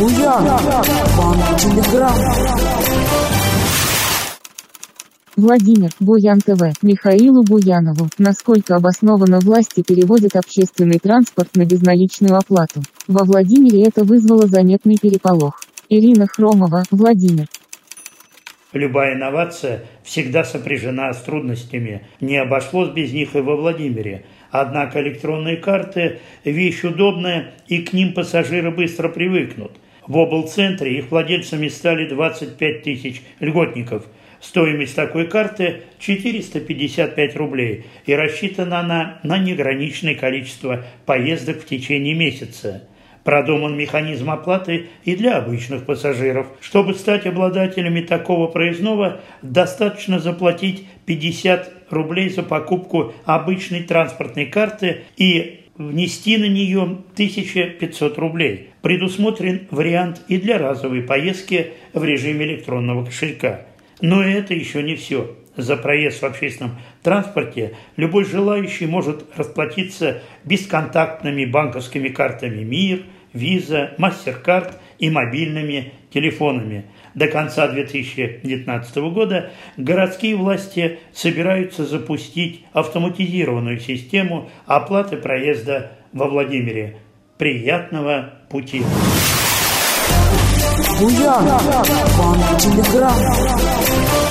Буян, Банк Телеграм. Владимир, Буян ТВ, Михаилу Буянову. Насколько обоснованно власти переводят общественный транспорт на безналичную оплату? Во Владимире это вызвало заметный переполох. Ирина Хромова, Владимир. Любая инновация всегда сопряжена с трудностями. Не обошлось без них и во Владимире. Однако электронные карты – вещь удобная, и к ним пассажиры быстро привыкнут. В облцентре их владельцами стали 25 тысяч льготников. Стоимость такой карты – 455 рублей, и рассчитана она на неограниченное количество поездок в течение месяца. Продуман механизм оплаты и для обычных пассажиров. Чтобы стать обладателями такого проездного, достаточно заплатить 50 рублей за покупку обычной транспортной карты и внести на нее 1500 рублей. Предусмотрен вариант и для разовой поездки в режиме электронного кошелька. Но это еще не все. За проезд в общественном транспорте любой желающий может расплатиться бесконтактными банковскими картами МИР, Виза, Мастеркард и мобильными телефонами. До конца 2019 года городские власти собираются запустить автоматизированную систему оплаты проезда во Владимире. Приятного пути! Буян, Банк Телеграм.